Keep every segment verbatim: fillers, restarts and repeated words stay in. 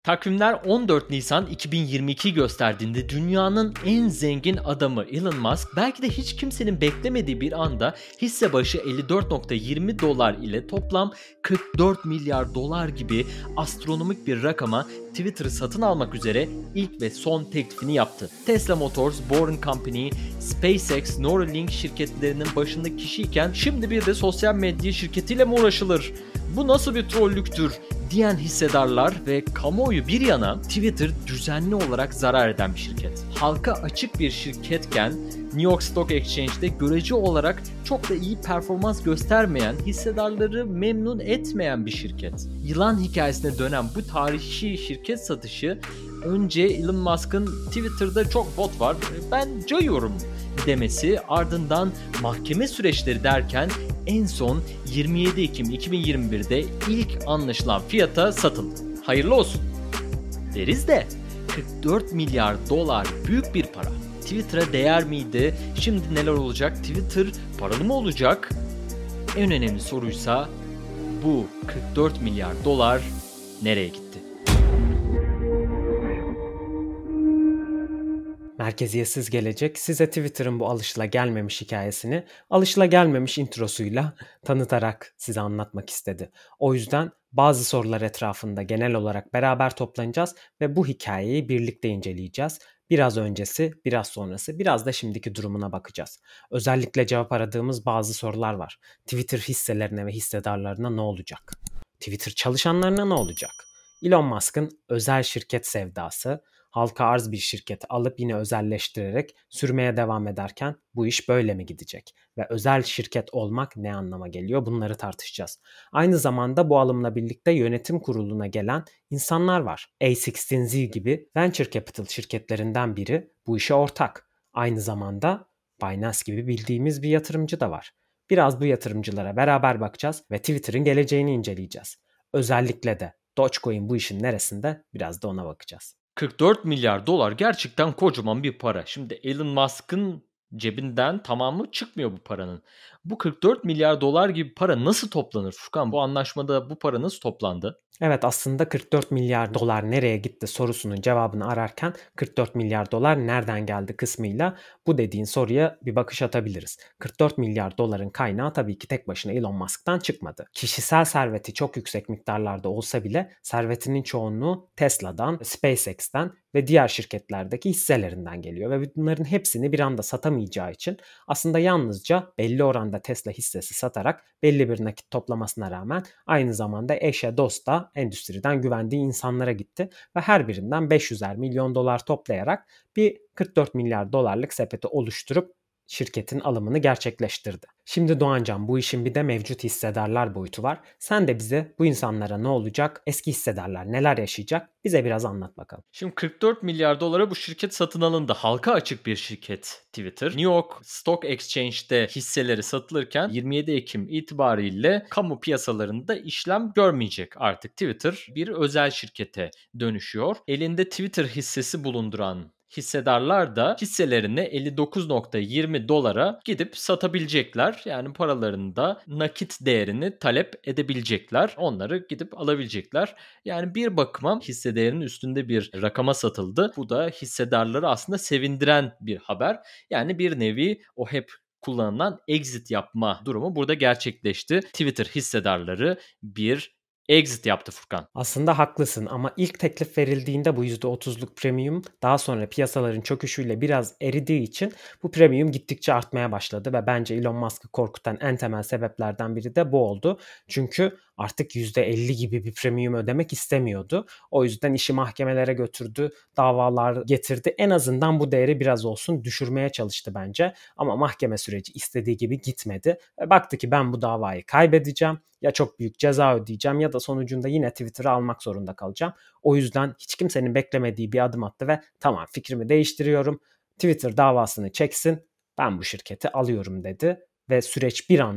Takvimler on dört Nisan iki bin yirmi iki gösterdiğinde dünyanın en zengin adamı Elon Musk belki de hiç kimsenin beklemediği bir anda hisse başı elli dört virgül yirmi dolar ile toplam kırk dört milyar dolar gibi astronomik bir rakama Twitter'ı satın almak üzere ilk ve son teklifini yaptı. Tesla Motors, Boring Company, SpaceX, Neuralink şirketlerinin başındaki kişiyken şimdi bir de sosyal medya şirketiyle mi uğraşılır? Bu nasıl bir trollüktür diyen hissedarlar ve kamuoyu bir yana Twitter düzenli olarak zarar eden bir şirket. Halka açık bir şirketken New York Stock Exchange'de görece olarak çok da iyi performans göstermeyen, hissedarları memnun etmeyen bir şirket. Yılan hikayesine dönen bu tarihi şirket satışı önce Elon Musk'ın Twitter'da çok bot var, ben cayıyorum demesi, ardından mahkeme süreçleri derken en son yirmi yedi Ekim iki bin yirmi birde ilk anlaşılan fiyata satıldı. Hayırlı olsun deriz de kırk dört milyar dolar büyük bir para. Twitter'a değer miydi? Şimdi neler olacak? Twitter paralı mı olacak? En önemli soruysa bu kırk dört milyar dolar nereye gitti? Merkeziyetsiz Gelecek size Twitter'ın bu alışılagelmemiş hikayesini alışılagelmemiş introsuyla tanıtarak size anlatmak istedi. O yüzden bazı sorular etrafında genel olarak beraber toplanacağız ve bu hikayeyi birlikte inceleyeceğiz. Biraz öncesi, biraz sonrası, biraz da şimdiki durumuna bakacağız. Özellikle cevap aradığımız bazı sorular var. Twitter hisselerine ve hissedarlarına ne olacak? Twitter çalışanlarına ne olacak? Elon Musk'ın özel şirket sevdası, halka arz bir şirketi alıp yine özelleştirerek sürmeye devam ederken bu iş böyle mi gidecek? Ve özel şirket olmak ne anlama geliyor? Bunları tartışacağız. Aynı zamanda bu alımla birlikte yönetim kuruluna gelen insanlar var. A on altı Z gibi venture capital şirketlerinden biri bu işe ortak. Aynı zamanda Binance gibi bildiğimiz bir yatırımcı da var. Biraz bu yatırımcılara beraber bakacağız ve Twitter'ın geleceğini inceleyeceğiz. Özellikle de Dogecoin bu işin neresinde, biraz da ona bakacağız. kırk dört milyar dolar gerçekten kocaman bir para. Şimdi Elon Musk'ın cebinden tamamı çıkmıyor bu paranın. Bu kırk dört milyar dolar gibi para nasıl toplanır Furkan? Bu anlaşmada bu para nasıl toplandı? Evet, aslında kırk dört milyar dolar nereye gitti sorusunun cevabını ararken kırk dört milyar dolar nereden geldi kısmıyla bu dediğin soruya bir bakış atabiliriz. kırk dört milyar doların kaynağı tabii ki tek başına Elon Musk'tan çıkmadı. Kişisel serveti çok yüksek miktarlarda olsa bile servetinin çoğunluğu Tesla'dan, SpaceX'ten ve diğer şirketlerdeki hisselerinden geliyor ve bunların hepsini bir anda satamayacağı için aslında yalnızca belli oranda Tesla hissesi satarak belli bir nakit toplamasına rağmen aynı zamanda eşe, dosta, endüstriden güvendiği insanlara gitti ve her birinden beş yüzer milyon dolar toplayarak bir kırk dört milyar dolarlık sepeti oluşturup şirketin alımını gerçekleştirdi. Şimdi Doğancan, bu işin bir de mevcut hissedarlar boyutu var. Sen de bize bu insanlara ne olacak, eski hissedarlar neler yaşayacak bize biraz anlat bakalım. Şimdi kırk dört milyar dolara bu şirket satın alındı. Halka açık bir şirket Twitter. New York Stock Exchange'de hisseleri satılırken yirmi yedi Ekim itibariyle kamu piyasalarında işlem görmeyecek artık. Twitter bir özel şirkete dönüşüyor. Elinde Twitter hissesi bulunduran hissedarlar da hisselerini elli dokuz virgül yirmi dolara gidip satabilecekler. Yani paralarını da nakit değerini talep edebilecekler. Onları gidip alabilecekler. Yani bir bakıma hisse değerinin üstünde bir rakama satıldı. Bu da hissedarları aslında sevindiren bir haber. Yani bir nevi o hep kullanılan exit yapma durumu burada gerçekleşti. Twitter hissedarları bir exit yaptı Furkan. Aslında haklısın ama ilk teklif verildiğinde bu yüzde otuzluk premium daha sonra piyasaların çöküşüyle biraz eridiği için bu premium gittikçe artmaya başladı ve bence Elon Musk'ı korkutan en temel sebeplerden biri de bu oldu. Çünkü artık yüzde elli gibi bir premium ödemek istemiyordu. O yüzden işi mahkemelere götürdü, davalar getirdi. En azından bu değeri biraz olsun düşürmeye çalıştı bence. Ama mahkeme süreci istediği gibi gitmedi. Ve baktı ki ben bu davayı kaybedeceğim. Ya çok büyük ceza ödeyeceğim ya da sonucunda yine Twitter'ı almak zorunda kalacağım. O yüzden hiç kimsenin beklemediği bir adım attı ve tamam, fikrimi değiştiriyorum. Twitter davasını çeksin, ben bu şirketi alıyorum dedi. Ve süreç bir anda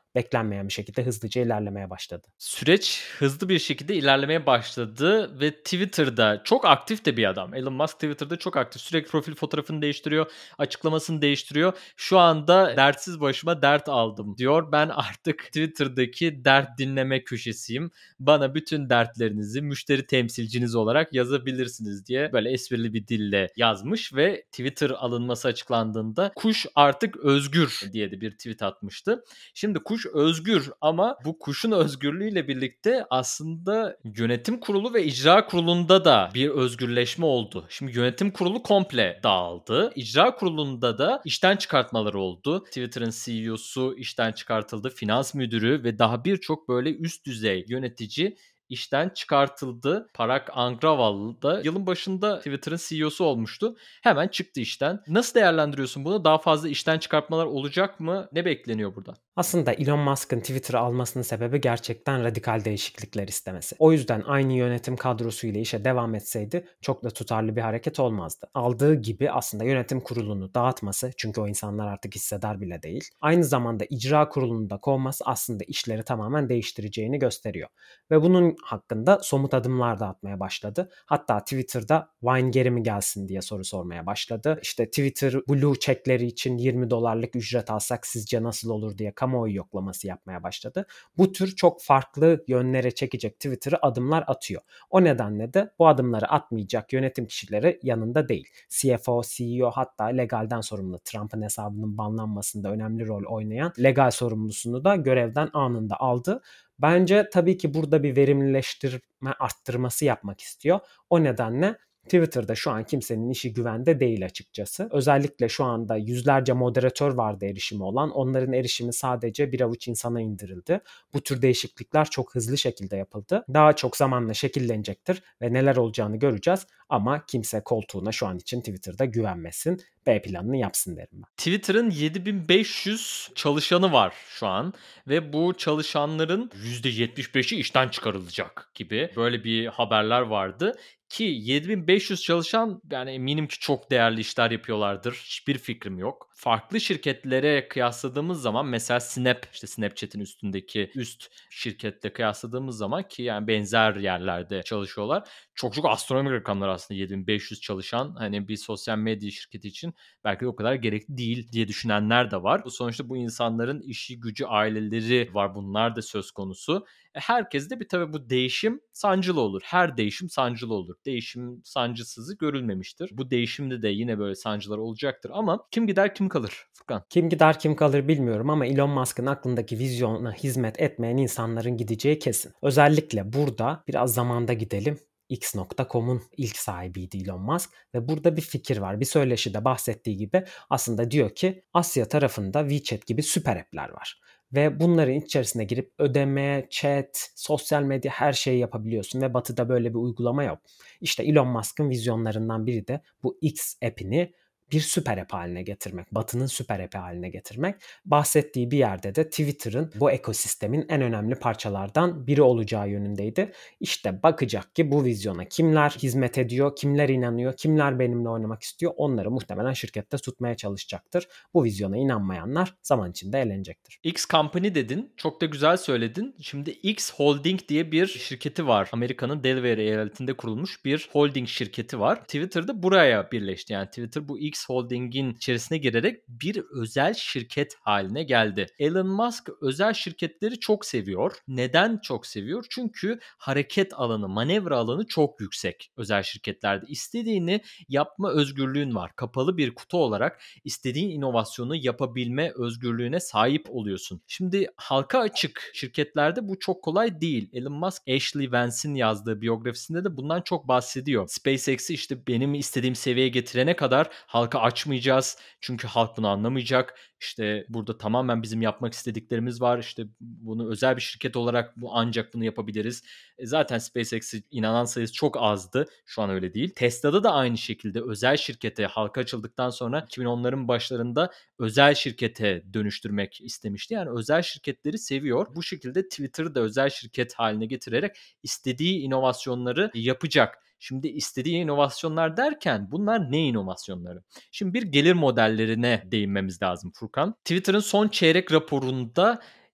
beklenmeyen bir şekilde hızlıca ilerlemeye başladı. Süreç hızlı bir şekilde ilerlemeye başladı ve Twitter'da çok aktif de bir adam. Elon Musk Twitter'da çok aktif. Sürekli profil fotoğrafını değiştiriyor, açıklamasını değiştiriyor. Şu anda dertsiz başıma dert aldım diyor. Ben artık Twitter'daki dert dinleme köşesiyim. Bana bütün dertlerinizi müşteri temsilciniz olarak yazabilirsiniz diye böyle esprili bir dille yazmış ve Twitter alınması açıklandığında kuş artık özgür diye de bir tweet atmıştı. Şimdi kuş özgür ama bu kuşun özgürlüğüyle birlikte aslında yönetim kurulu ve icra kurulunda da bir özgürleşme oldu. Şimdi yönetim kurulu komple dağıldı. İcra kurulunda da işten çıkartmalar oldu. Twitter'ın C E O'su işten çıkartıldı. Finans müdürü ve daha birçok böyle üst düzey yönetici işten çıkartıldı. Parag Agrawal da yılın başında Twitter'ın C E O'su olmuştu. Hemen çıktı işten. Nasıl değerlendiriyorsun bunu? Daha fazla işten çıkartmalar olacak mı? Ne bekleniyor buradan? Aslında Elon Musk'ın Twitter'ı almasının sebebi gerçekten radikal değişiklikler istemesi. O yüzden aynı yönetim kadrosuyla işe devam etseydi çok da tutarlı bir hareket olmazdı. Aldığı gibi aslında yönetim kurulunu dağıtması, çünkü o insanlar artık hissedar bile değil, aynı zamanda icra kurulunu da kovması aslında işleri tamamen değiştireceğini gösteriyor. Ve bunun hakkında somut adımlar da atmaya başladı. Hatta Twitter'da Vine geri mi gelsin diye soru sormaya başladı. İşte Twitter Blue checkleri için yirmi dolarlık ücret alsak sizce nasıl olur diye kamuoyu yoklaması yapmaya başladı. Bu tür çok farklı yönlere çekecek Twitter'ı adımlar atıyor. O nedenle de bu adımları atmayacak yönetim kişileri yanında değil. C F O, C E O, hatta legalden sorumlu, Trump'ın hesabının banlanmasında önemli rol oynayan legal sorumlusunu da görevden anında aldı. Bence tabii ki burada bir verimlileştirme arttırması yapmak istiyor. O nedenle Twitter'da şu an kimsenin işi güvende değil açıkçası. Özellikle şu anda yüzlerce moderatör vardı erişimi olan. Onların erişimi sadece bir avuç insana indirildi. Bu tür değişiklikler çok hızlı şekilde yapıldı. Daha çok zamanla şekillenecektir ve neler olacağını göreceğiz. Ama kimse koltuğuna şu an için Twitter'da güvenmesin. B planını yapsın derim ben. Twitter'ın yedi bin beş yüz çalışanı var şu an ve bu çalışanların yüzde yetmiş beşi işten çıkarılacak gibi böyle bir haberler vardı. Ki yedi bin beş yüz çalışan, yani eminim ki çok değerli işler yapıyorlardır. Hiçbir fikrim yok. Farklı şirketlere kıyasladığımız zaman mesela Snap, işte Snapchat'in üstündeki üst şirketle kıyasladığımız zaman, ki yani benzer yerlerde çalışıyorlar. Çok çok astronomik rakamlar aslında yedi bin beş yüz çalışan, hani bir sosyal medya şirketi için belki de o kadar gerekli değil diye düşünenler de var. Bu sonuçta bu insanların işi gücü, aileleri var. Bunlar da söz konusu. E herkes de bir tabii bu değişim sancılı olur. Her değişim sancılı olur. Değişim sancısızı görülmemiştir. Bu değişimde de yine böyle sancılar olacaktır ama kim gider kim kalır Furkan? Kim gider kim kalır bilmiyorum ama Elon Musk'ın aklındaki vizyona hizmet etmeyen insanların gideceği kesin. Özellikle burada biraz zamanda gidelim. X nokta com'un ilk sahibiydi Elon Musk ve burada bir fikir var. Bir söyleşide bahsettiği gibi aslında diyor ki Asya tarafında WeChat gibi süper app'ler var. Ve bunların içerisine girip ödeme, chat, sosyal medya, her şeyi yapabiliyorsun ve Batı'da böyle bir uygulama yok. İşte Elon Musk'ın vizyonlarından biri de bu X app'ini bir süper app haline getirmek. Batı'nın süper app'i haline getirmek. Bahsettiği bir yerde de Twitter'ın bu ekosistemin en önemli parçalardan biri olacağı yönündeydi. İşte bakacak ki bu vizyona kimler hizmet ediyor, kimler inanıyor, kimler benimle oynamak istiyor, onları muhtemelen şirkette tutmaya çalışacaktır. Bu vizyona inanmayanlar zaman içinde elenecektir. X Company dedin. Çok da güzel söyledin. Şimdi X Holding diye bir şirketi var. Amerika'nın Delaware eyaletinde kurulmuş bir holding şirketi var. Twitter'da buraya birleşti. Yani Twitter bu X Holding'in içerisine girerek bir özel şirket haline geldi. Elon Musk özel şirketleri çok seviyor. Neden çok seviyor? Çünkü hareket alanı, manevra alanı çok yüksek özel şirketlerde. İstediğini yapma özgürlüğün var. Kapalı bir kutu olarak istediğin inovasyonu yapabilme özgürlüğüne sahip oluyorsun. Şimdi halka açık şirketlerde bu çok kolay değil. Elon Musk, Ashley Vance'in yazdığı biyografisinde de bundan çok bahsediyor. SpaceX'i işte benim istediğim seviyeye getirene kadar halka açmayacağız. Çünkü halk bunu anlamayacak. İşte burada tamamen bizim yapmak istediklerimiz var. İşte bunu özel bir şirket olarak bu ancak bunu yapabiliriz. E zaten SpaceX'e inanan sayısı çok azdı. Şu an öyle değil. Tesla'da da aynı şekilde özel şirkete halka açıldıktan sonra iki bin onların başlarında özel şirkete dönüştürmek istemişti. Yani özel şirketleri seviyor. Bu şekilde Twitter'ı da özel şirket haline getirerek istediği inovasyonları yapacak. Şimdi istediği inovasyonlar derken bunlar ne inovasyonları? Şimdi bir gelir modellerine değinmemiz lazım Furkan. Twitter'ın son çeyrek raporunda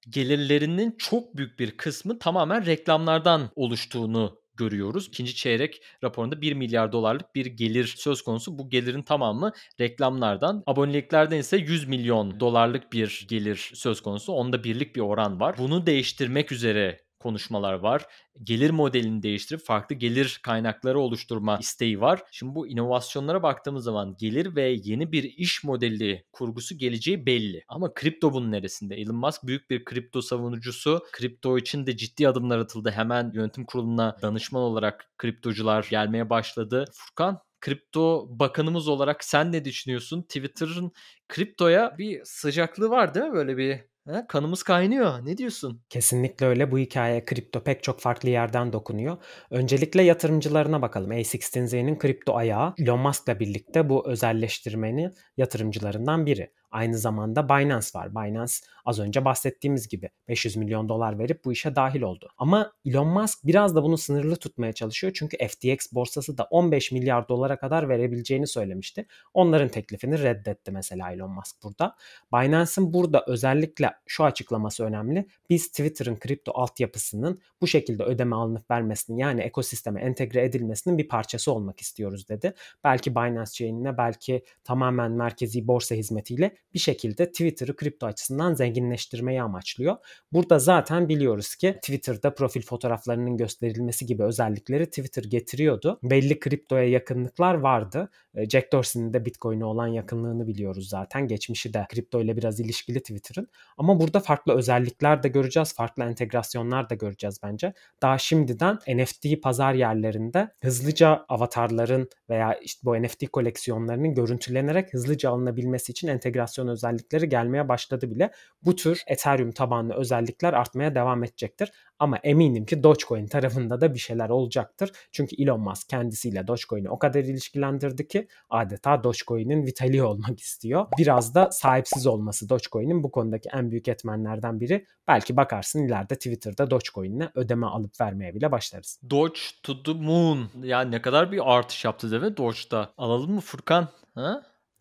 gelirlerinin çok büyük bir kısmı tamamen reklamlardan oluştuğunu görüyoruz. İkinci çeyrek raporunda bir milyar dolarlık bir gelir söz konusu. Bu gelirin tamamı reklamlardan. Aboneliklerden ise yüz milyon dolarlık bir gelir söz konusu. Onda birlik bir oran var. Bunu değiştirmek üzere konuşmalar var. Gelir modelini değiştirip farklı gelir kaynakları oluşturma isteği var. Şimdi bu inovasyonlara baktığımız zaman gelir ve yeni bir iş modeli kurgusu geleceği belli. Ama kripto bunun neresinde? Elon Musk büyük bir kripto savunucusu. Kripto için de ciddi adımlar atıldı. Hemen yönetim kuruluna danışman olarak kriptocular gelmeye başladı. Furkan, kripto bakanımız olarak sen ne düşünüyorsun? Twitter'ın kriptoya bir sıcaklığı var değil mi? Böyle bir ha, kanımız kaynıyor. Ne diyorsun? Kesinlikle öyle. Bu hikâyeye kripto pek çok farklı yerden dokunuyor. Öncelikle yatırımcılarına bakalım. A on altı Z'nin kripto ayağı Elon Musk'la birlikte bu özelleştirmenin yatırımcılarından biri. Aynı zamanda Binance var. Binance az önce bahsettiğimiz gibi beş yüz milyon dolar verip bu işe dahil oldu. Ama Elon Musk biraz da bunu sınırlı tutmaya çalışıyor. Çünkü F T X borsası da on beş milyar dolara kadar verebileceğini söylemişti. Onların teklifini reddetti mesela Elon Musk burada. Binance'ın burada özellikle şu açıklaması önemli. Biz Twitter'ın kripto altyapısının bu şekilde ödeme alınıp vermesinin, yani ekosisteme entegre edilmesinin bir parçası olmak istiyoruz dedi. Belki Binance Chain'ine, belki tamamen merkezi borsa hizmetiyle bir şekilde Twitter'ı kripto açısından zenginleştirmeyi amaçlıyor. Burada zaten biliyoruz ki Twitter'da profil fotoğraflarının gösterilmesi gibi özellikleri Twitter getiriyordu. Belli kriptoya yakınlıklar vardı. Jack Dorsey'nin de Bitcoin'e olan yakınlığını biliyoruz zaten. Geçmişi de kripto ile biraz ilişkili Twitter'ın. Ama burada farklı özellikler de göreceğiz. Farklı entegrasyonlar da göreceğiz bence. Daha şimdiden N F T pazar yerlerinde hızlıca avatarların veya işte bu N F T koleksiyonlarının görüntülenerek hızlıca alınabilmesi için entegrasyon özellikleri gelmeye başladı bile. Bu tür Ethereum tabanlı özellikler artmaya devam edecektir. Ama eminim ki Dogecoin tarafında da bir şeyler olacaktır. Çünkü Elon Musk kendisiyle Dogecoin'i o kadar ilişkilendirdi ki adeta Dogecoin'in Vitali olmak istiyor. Biraz da sahipsiz olması Dogecoin'in bu konudaki en büyük etmenlerden biri. Belki bakarsın ileride Twitter'da Dogecoin'le ödeme alıp vermeye bile başlarız. Doge to the moon. Ya ne kadar bir artış yaptı değil mi Doge'da? Alalım mı Furkan? Ha?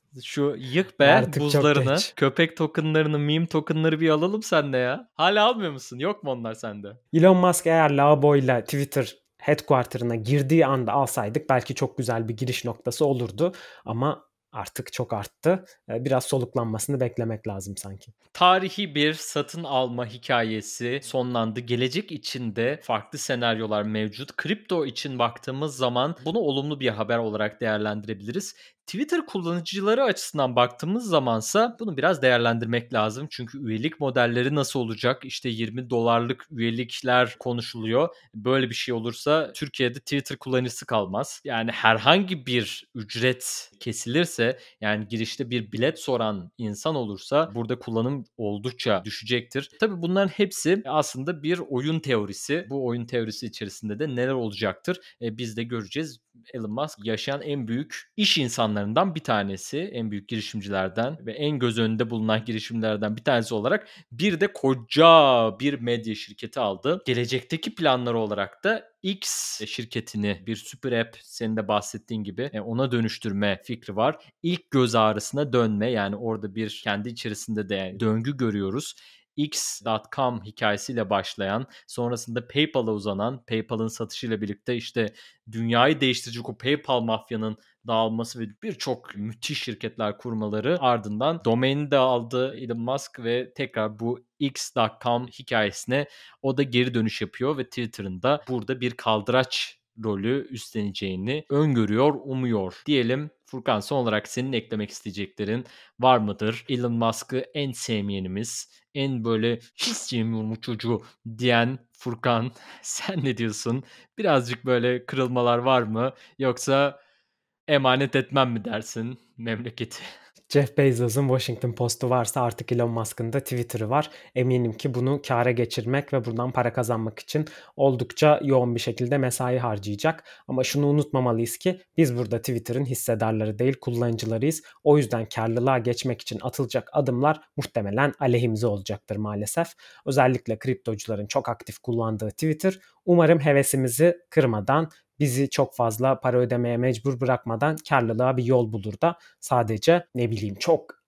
Şu yık be Artık buzlarını. Köpek tokenlarını, meme tokenları bir alalım sende ya. Hala almıyor musun? Yok mu onlar sende? Elon Musk eğer Labo'yla Twitter headquarter'ına girdiği anda alsaydık belki çok güzel bir giriş noktası olurdu. Ama artık çok arttı. Biraz soluklanmasını beklemek lazım sanki. Tarihi bir satın alma hikayesi sonlandı. Gelecek içinde farklı senaryolar mevcut. Kripto için baktığımız zaman bunu olumlu bir haber olarak değerlendirebiliriz. Twitter kullanıcıları açısından baktığımız zamansa bunu biraz değerlendirmek lazım. Çünkü üyelik modelleri nasıl olacak? İşte yirmi dolarlık üyelikler konuşuluyor. Böyle bir şey olursa Türkiye'de Twitter kullanıcısı kalmaz. Yani herhangi bir ücret kesilirse, yani girişte bir bilet soran insan olursa burada kullanım oldukça düşecektir. Tabii bunların hepsi aslında bir oyun teorisi. Bu oyun teorisi içerisinde de neler olacaktır? E, biz de göreceğiz. Elon Musk yaşayan en büyük iş insanlarından bir tanesi, en büyük girişimcilerden ve en göz önünde bulunan girişimlerden bir tanesi olarak bir de koca bir medya şirketi aldı. Gelecekteki planları olarak da X şirketini bir süper app, senin de bahsettiğin gibi ona dönüştürme fikri var. İlk göz ağrısına dönme, yani orada bir kendi içerisinde de döngü görüyoruz. X nokta com hikayesiyle başlayan, sonrasında PayPal'a uzanan, PayPal'ın satışıyla birlikte işte dünyayı değiştirecek o PayPal mafyanın dağılması ve birçok müthiş şirketler kurmaları, ardından domaini de aldı Elon Musk ve tekrar bu X nokta com hikayesine o da geri dönüş yapıyor ve Twitter'ın da burada bir kaldıraç rolü üstleneceğini öngörüyor, umuyor diyelim. Furkan, son olarak senin eklemek isteyeceklerin var mıdır? Elon Musk'ı en sevmeyenimiz, en böyle hiç sevmiyorum bu çocuğu diyen Furkan, sen ne diyorsun? Birazcık böyle kırılmalar var mı? Yoksa emanet etmem mi dersin memleketi? Jeff Bezos'un Washington Post'u varsa artık Elon Musk'ın da Twitter'ı var. Eminim ki bunu kâra geçirmek ve buradan para kazanmak için oldukça yoğun bir şekilde mesai harcayacak. Ama şunu unutmamalıyız ki biz burada Twitter'ın hissedarları değil, kullanıcılarıyız. O yüzden kârlılığa geçmek için atılacak adımlar muhtemelen aleyhimize olacaktır maalesef. Özellikle kriptocuların çok aktif kullandığı Twitter umarım hevesimizi kırmadan, bizi çok fazla para ödemeye mecbur bırakmadan kârlılığa bir yol bulur da sadece ne bileyim çok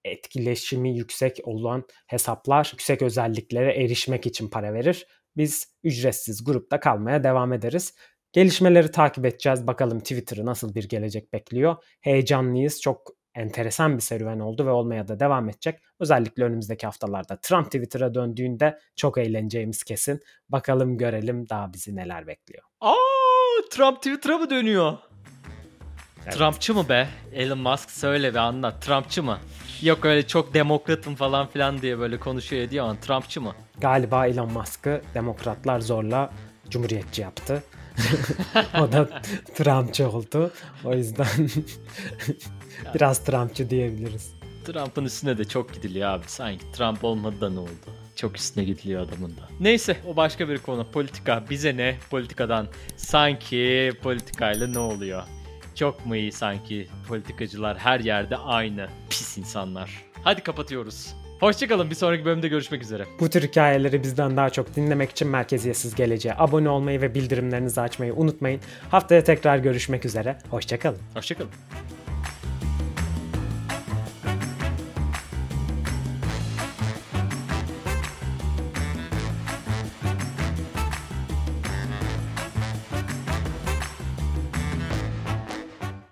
etkileşimi yüksek olan hesaplar yüksek özelliklere erişmek için para verir. Biz ücretsiz grupta kalmaya devam ederiz. Gelişmeleri takip edeceğiz. Bakalım Twitter'ı nasıl bir gelecek bekliyor. Heyecanlıyız. Çok enteresan bir serüven oldu ve olmaya da devam edecek. Özellikle önümüzdeki haftalarda Trump Twitter'a döndüğünde çok eğleneceğimiz kesin. Bakalım görelim daha bizi neler bekliyor. Aa, Trump Twitter'a mı dönüyor? Evet. Trumpçı mı be? Elon Musk söyle ve anlat. Trumpçı mı? Yok öyle çok demokratım falan filan diye böyle konuşuyor ediyor ama Trumpçı mı? Galiba Elon Musk'ı demokratlar zorla cumhuriyetçi yaptı. O da Trumpçı oldu. O yüzden biraz Trumpçı diyebiliriz. Trump'ın üstüne de çok gidiliyor abi. Sanki Trump olmadı da ne oldu? Çok üstüne gidiliyor adamın da. Neyse o başka bir konu. Politika. Bize ne politikadan? Sanki politikayla ne oluyor? Çok mu iyi sanki politikacılar her yerde aynı. Pis insanlar. Hadi kapatıyoruz. Hoşçakalın. Bir sonraki bölümde görüşmek üzere. Bu tür hikayeleri bizden daha çok dinlemek için Merkeziyetsiz Geleceğe abone olmayı ve bildirimlerinizi açmayı unutmayın. Haftaya tekrar görüşmek üzere. Hoşçakalın. Hoşçakalın.